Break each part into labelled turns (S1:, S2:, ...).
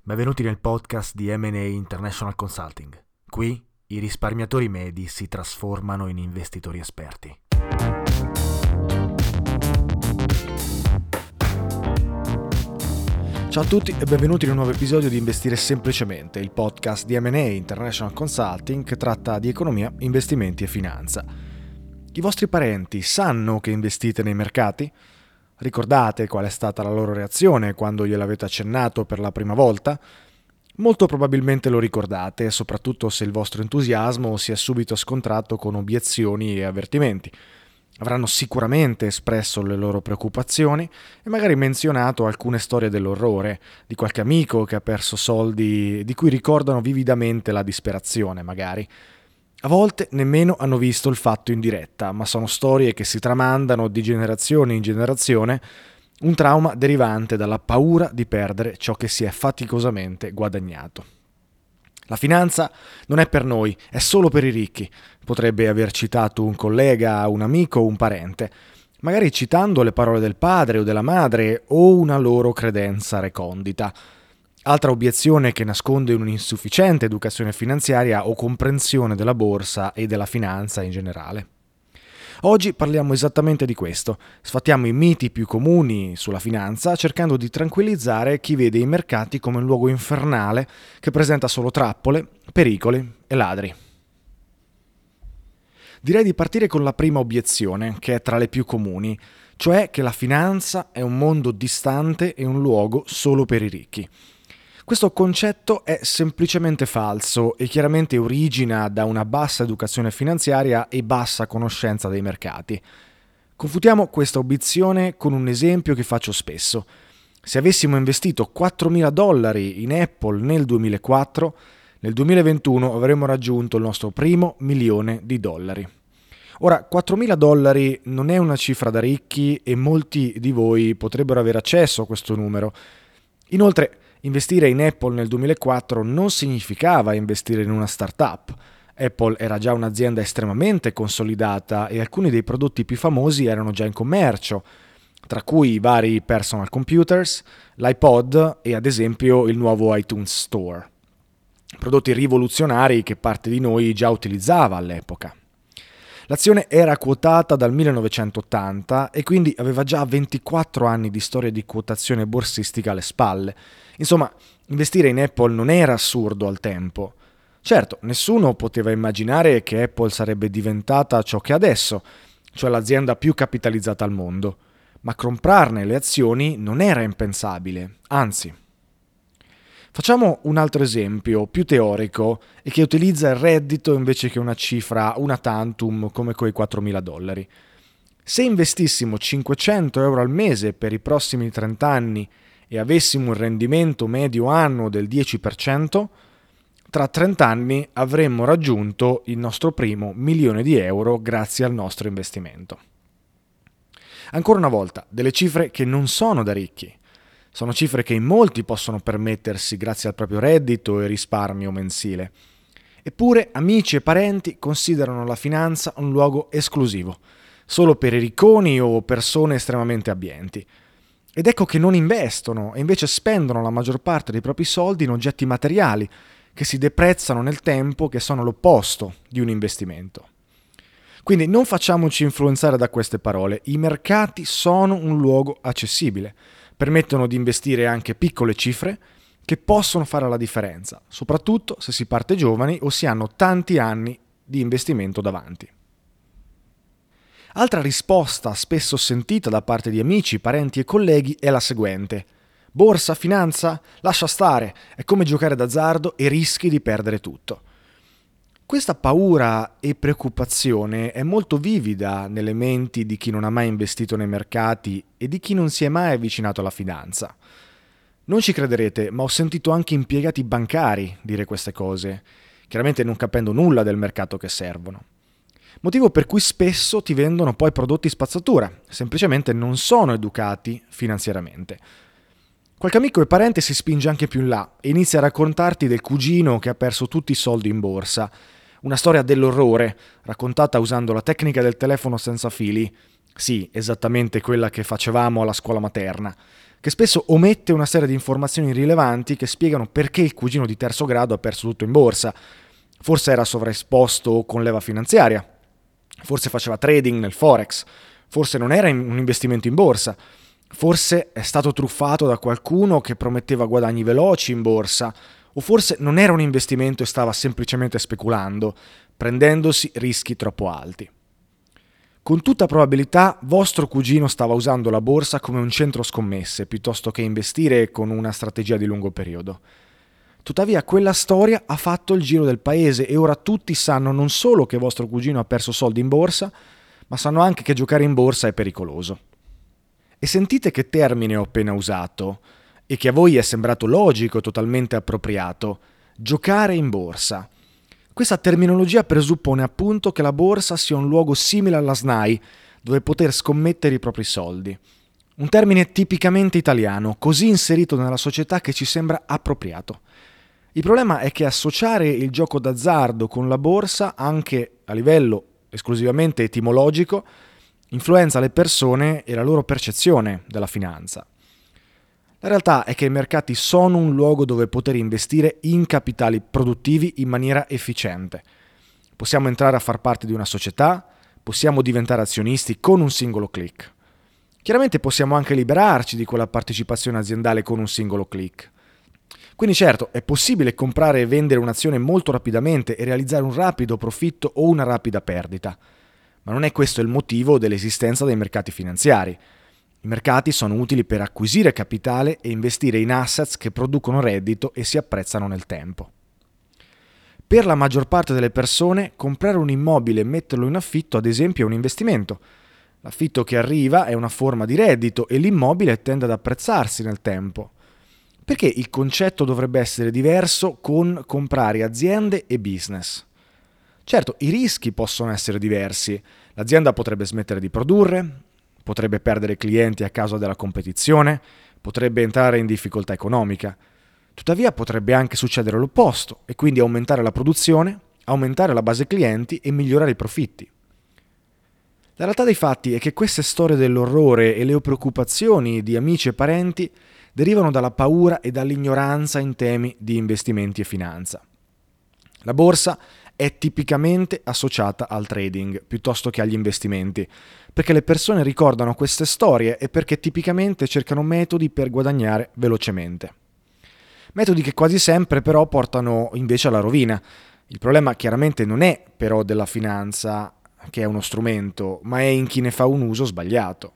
S1: Benvenuti nel podcast di M&A International Consulting. Qui i risparmiatori medi si trasformano in investitori esperti. Ciao a tutti e benvenuti in un nuovo episodio di Investire Semplicemente, il podcast di M&A International Consulting che tratta di economia, investimenti e finanza. I vostri parenti sanno che investite nei mercati? Ricordate qual è stata la loro reazione quando gliel'avete accennato per la prima volta? Molto probabilmente lo ricordate, soprattutto se il vostro entusiasmo si è subito scontrato con obiezioni e avvertimenti. Avranno sicuramente espresso le loro preoccupazioni e magari menzionato alcune storie dell'orrore, di qualche amico che ha perso soldi di cui ricordano vividamente la disperazione, magari. A volte nemmeno hanno visto il fatto in diretta, ma sono storie che si tramandano di generazione in generazione, un trauma derivante dalla paura di perdere ciò che si è faticosamente guadagnato. La finanza non è per noi, è solo per i ricchi, potrebbe aver citato un collega, un amico o un parente, magari citando le parole del padre o della madre o una loro credenza recondita. Altra obiezione che nasconde un'insufficiente educazione finanziaria o comprensione della borsa e della finanza in generale. Oggi parliamo esattamente di questo. Sfattiamo i miti più comuni sulla finanza, cercando di tranquillizzare chi vede i mercati come un luogo infernale che presenta solo trappole, pericoli e ladri. Direi di partire con la prima obiezione, che è tra le più comuni, cioè che la finanza è un mondo distante e un luogo solo per i ricchi. Questo concetto è semplicemente falso e chiaramente origina da una bassa educazione finanziaria e bassa conoscenza dei mercati. Confutiamo questa obiezione con un esempio che faccio spesso. Se avessimo investito $4.000 in Apple nel 2004, nel 2021 avremmo raggiunto il nostro primo $1.000.000. Ora, $4.000 non è una cifra da ricchi e molti di voi potrebbero avere accesso a questo numero. Inoltre, investire in Apple nel 2004 non significava investire in una startup. Apple era già un'azienda estremamente consolidata e alcuni dei prodotti più famosi erano già in commercio, tra cui i vari personal computers, l'iPod e ad esempio il nuovo iTunes Store. Prodotti rivoluzionari che parte di noi già utilizzava all'epoca. L'azione era quotata dal 1980 e quindi aveva già 24 anni di storia di quotazione borsistica alle spalle. Insomma, investire in Apple non era assurdo al tempo. Certo, nessuno poteva immaginare che Apple sarebbe diventata ciò che è adesso, cioè l'azienda più capitalizzata al mondo, ma comprarne le azioni non era impensabile, anzi. Facciamo un altro esempio, più teorico, e che utilizza il reddito invece che una cifra una tantum come quei $4.000. Se investissimo €500 al mese per i prossimi 30 anni e avessimo un rendimento medio annuo del 10%, tra 30 anni avremmo raggiunto il nostro primo €1.000.000 grazie al nostro investimento. Ancora una volta, delle cifre che non sono da ricchi. Sono cifre che in molti possono permettersi grazie al proprio reddito e risparmio mensile. Eppure amici e parenti considerano la finanza un luogo esclusivo, solo per i ricconi o persone estremamente abbienti. Ed ecco che non investono e invece spendono la maggior parte dei propri soldi in oggetti materiali che si deprezzano nel tempo, che sono l'opposto di un investimento. Quindi non facciamoci influenzare da queste parole. I mercati sono un luogo accessibile. Permettono di investire anche piccole cifre che possono fare la differenza, soprattutto se si parte giovani o si hanno tanti anni di investimento davanti. Altra risposta spesso sentita da parte di amici, parenti e colleghi è la seguente: borsa, finanza? Lascia stare, è come giocare d'azzardo e rischi di perdere tutto. Questa paura e preoccupazione è molto vivida nelle menti di chi non ha mai investito nei mercati e di chi non si è mai avvicinato alla finanza. Non ci crederete, ma ho sentito anche impiegati bancari dire queste cose, chiaramente non capendo nulla del mercato che servono. Motivo per cui spesso ti vendono poi prodotti spazzatura, semplicemente non sono educati finanziariamente. Qualche amico e parente si spinge anche più in là e inizia a raccontarti del cugino che ha perso tutti i soldi in borsa. Una storia dell'orrore, raccontata usando la tecnica del telefono senza fili. Sì, esattamente quella che facevamo alla scuola materna. che spesso omette una serie di informazioni rilevanti che spiegano perché il cugino di terzo grado ha perso tutto in borsa. Forse era sovraesposto con leva finanziaria, forse faceva trading nel forex, forse non era un investimento in borsa, forse è stato truffato da qualcuno che prometteva guadagni veloci in borsa, o forse non era un investimento e stava semplicemente speculando, prendendosi rischi troppo alti. Con tutta probabilità vostro cugino stava usando la borsa come un centro scommesse piuttosto che investire con una strategia di lungo periodo. Tuttavia quella storia ha fatto il giro del paese e ora tutti sanno non solo che vostro cugino ha perso soldi in borsa, ma sanno anche che giocare in borsa è pericoloso. E sentite che termine ho appena usato e che a voi è sembrato logico e totalmente appropriato: giocare in borsa. Questa terminologia presuppone appunto che la borsa sia un luogo simile alla SNAI, dove poter scommettere i propri soldi. Un termine tipicamente italiano, così inserito nella società che ci sembra appropriato. Il problema è che associare il gioco d'azzardo con la borsa, anche a livello esclusivamente etimologico, influenza le persone e la loro percezione della finanza. La realtà è che i mercati sono un luogo dove poter investire in capitali produttivi in maniera efficiente. Possiamo entrare a far parte di una società, possiamo diventare azionisti con un singolo click. Chiaramente possiamo anche liberarci di quella partecipazione aziendale con un singolo click. Quindi certo, è possibile comprare e vendere un'azione molto rapidamente e realizzare un rapido profitto o una rapida perdita. Ma non è questo il motivo dell'esistenza dei mercati finanziari. I mercati sono utili per acquisire capitale e investire in assets che producono reddito e si apprezzano nel tempo. Per la maggior parte delle persone, comprare un immobile e metterlo in affitto, ad esempio, è un investimento. L'affitto che arriva è una forma di reddito e l'immobile tende ad apprezzarsi nel tempo. Perché il concetto dovrebbe essere diverso con comprare aziende e business? Certo, i rischi possono essere diversi. L'azienda potrebbe smettere di produrre, potrebbe perdere clienti a causa della competizione, potrebbe entrare in difficoltà economica. Tuttavia potrebbe anche succedere l'opposto e quindi aumentare la produzione, aumentare la base clienti e migliorare i profitti. La realtà dei fatti è che queste storie dell'orrore e le preoccupazioni di amici e parenti derivano dalla paura e dall'ignoranza in temi di investimenti e finanza. La borsa è tipicamente associata al trading piuttosto che agli investimenti, perché le persone ricordano queste storie e perché tipicamente cercano metodi per guadagnare velocemente. Metodi che quasi sempre però portano invece alla rovina. Il problema chiaramente non è però della finanza, che è uno strumento, ma è in chi ne fa un uso sbagliato.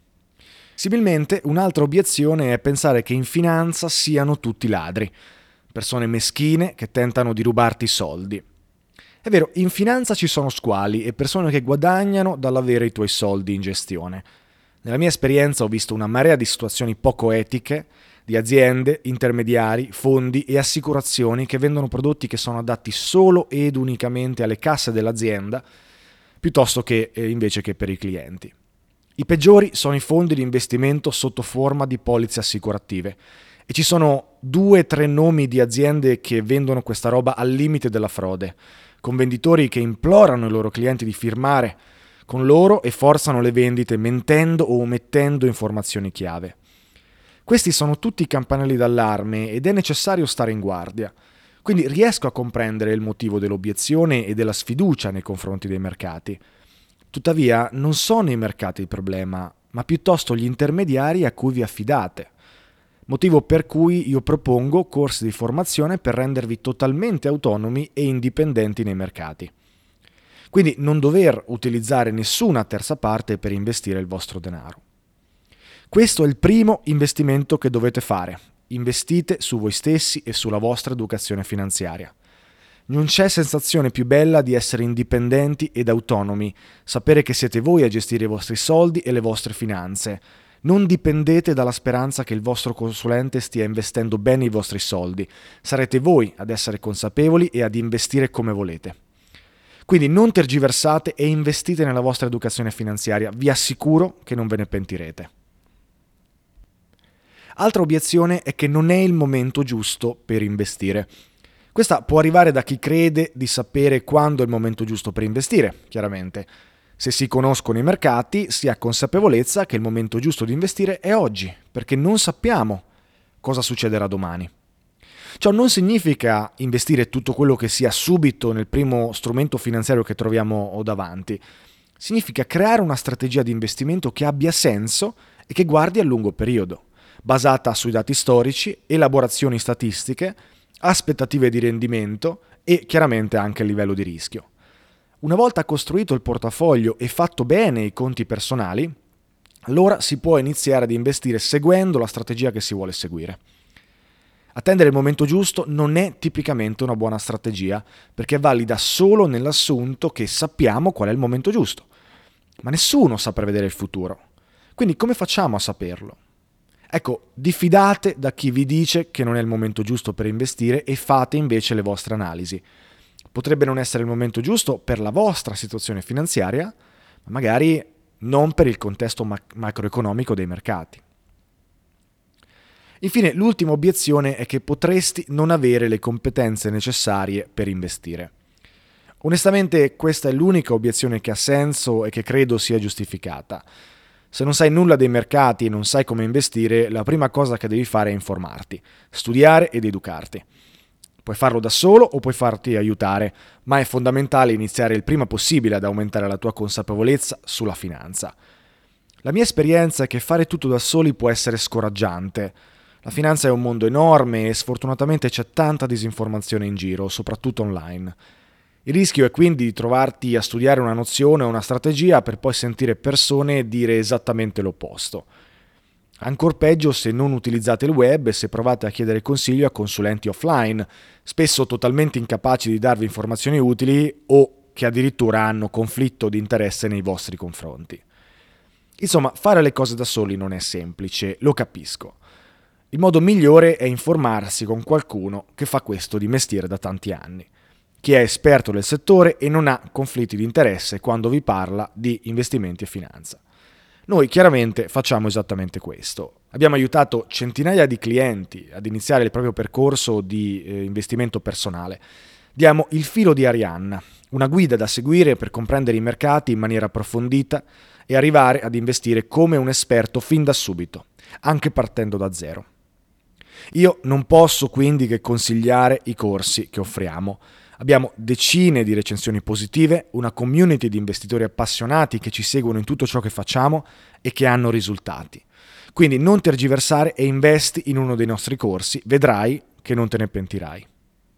S1: Similmente, un'altra obiezione è pensare che in finanza siano tutti ladri, persone meschine che tentano di rubarti i soldi. È vero, in finanza ci sono squali e persone che guadagnano dall'avere i tuoi soldi in gestione. Nella mia esperienza ho visto una marea di situazioni poco etiche, di aziende, intermediari, fondi e assicurazioni che vendono prodotti che sono adatti solo ed unicamente alle casse dell'azienda, piuttosto che invece che per i clienti. I peggiori sono i fondi di investimento sotto forma di polizze assicurative. E ci sono 2-3 nomi di aziende che vendono questa roba al limite della frode, con venditori che implorano i loro clienti di firmare con loro e forzano le vendite mentendo o omettendo informazioni chiave. Questi sono tutti campanelli d'allarme ed è necessario stare in guardia. Quindi riesco a comprendere il motivo dell'obiezione e della sfiducia nei confronti dei mercati. Tuttavia non sono i mercati il problema, ma piuttosto gli intermediari a cui vi affidate. Motivo per cui io propongo corsi di formazione per rendervi totalmente autonomi e indipendenti nei mercati. Quindi non dover utilizzare nessuna terza parte per investire il vostro denaro. Questo è il primo investimento che dovete fare. Investite su voi stessi e sulla vostra educazione finanziaria. Non c'è sensazione più bella di essere indipendenti ed autonomi, sapere che siete voi a gestire i vostri soldi e le vostre finanze. Non dipendete dalla speranza che il vostro consulente stia investendo bene i vostri soldi. Sarete voi ad essere consapevoli e ad investire come volete. Quindi non tergiversate e investite nella vostra educazione finanziaria. Vi assicuro che non ve ne pentirete. Altra obiezione è che non è il momento giusto per investire. Questa può arrivare da chi crede di sapere quando è il momento giusto per investire, chiaramente. Se si conoscono i mercati, si ha consapevolezza che il momento giusto di investire è oggi, perché non sappiamo cosa succederà domani. Ciò non significa investire tutto quello che sia subito nel primo strumento finanziario che troviamo davanti. Significa creare una strategia di investimento che abbia senso e che guardi a lungo periodo, basata sui dati storici, elaborazioni statistiche, aspettative di rendimento e chiaramente anche il livello di rischio. Una volta costruito il portafoglio e fatto bene i conti personali, allora si può iniziare ad investire seguendo la strategia che si vuole seguire. Attendere il momento giusto non è tipicamente una buona strategia, perché è valida solo nell'assunto che sappiamo qual è il momento giusto. Ma nessuno sa prevedere il futuro. Quindi come facciamo a saperlo? Ecco, diffidate da chi vi dice che non è il momento giusto per investire e fate invece le vostre analisi. Potrebbe non essere il momento giusto per la vostra situazione finanziaria, ma magari non per il contesto macroeconomico dei mercati. Infine, l'ultima obiezione è che potresti non avere le competenze necessarie per investire. Onestamente, questa è l'unica obiezione che ha senso e che credo sia giustificata. Se non sai nulla dei mercati e non sai come investire, la prima cosa che devi fare è informarti, studiare ed educarti. Puoi farlo da solo o puoi farti aiutare, ma è fondamentale iniziare il prima possibile ad aumentare la tua consapevolezza sulla finanza. La mia esperienza è che fare tutto da soli può essere scoraggiante. La finanza è un mondo enorme e sfortunatamente c'è tanta disinformazione in giro, soprattutto online. Il rischio è quindi di trovarti a studiare una nozione o una strategia per poi sentire persone dire esattamente l'opposto. Ancor peggio se non utilizzate il web e se provate a chiedere consiglio a consulenti offline, spesso totalmente incapaci di darvi informazioni utili o che addirittura hanno conflitto di interesse nei vostri confronti. Insomma, fare le cose da soli non è semplice, lo capisco. Il modo migliore è informarsi con qualcuno che fa questo di mestiere da tanti anni, chi è esperto del settore e non ha conflitti di interesse quando vi parla di investimenti e finanza. Noi chiaramente facciamo esattamente questo. Abbiamo aiutato centinaia di clienti ad iniziare il proprio percorso di investimento personale. Diamo il filo di Arianna, una guida da seguire per comprendere i mercati in maniera approfondita e arrivare ad investire come un esperto fin da subito, anche partendo da zero. Io non posso quindi che consigliare i corsi che offriamo. Abbiamo decine di recensioni positive, una community di investitori appassionati che ci seguono in tutto ciò che facciamo e che hanno risultati. Quindi non tergiversare e investi in uno dei nostri corsi, vedrai che non te ne pentirai.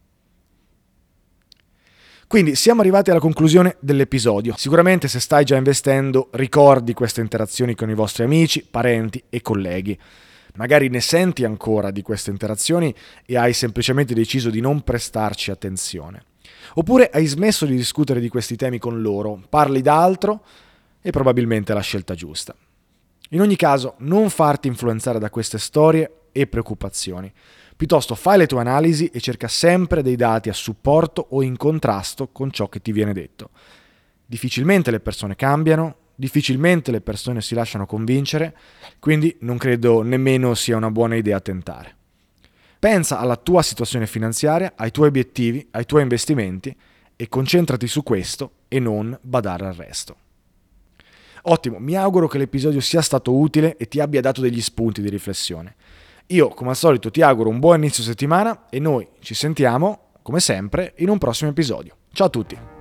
S1: Quindi siamo arrivati alla conclusione dell'episodio. Sicuramente se stai già investendo ricordi queste interazioni con i vostri amici, parenti e colleghi. Magari ne senti ancora di queste interazioni e hai semplicemente deciso di non prestarci attenzione. Oppure hai smesso di discutere di questi temi con loro, parli d'altro e probabilmente è la scelta giusta. In ogni caso, non farti influenzare da queste storie e preoccupazioni. Piuttosto fai le tue analisi e cerca sempre dei dati a supporto o in contrasto con ciò che ti viene detto. Difficilmente le persone cambiano, difficilmente le persone si lasciano convincere, quindi non credo nemmeno sia una buona idea tentare. Pensa alla tua situazione finanziaria, ai tuoi obiettivi, ai tuoi investimenti e concentrati su questo e non badare al resto. Ottimo, mi auguro che l'episodio sia stato utile e ti abbia dato degli spunti di riflessione. Io, come al solito, ti auguro un buon inizio settimana e noi ci sentiamo, come sempre, in un prossimo episodio. Ciao a tutti!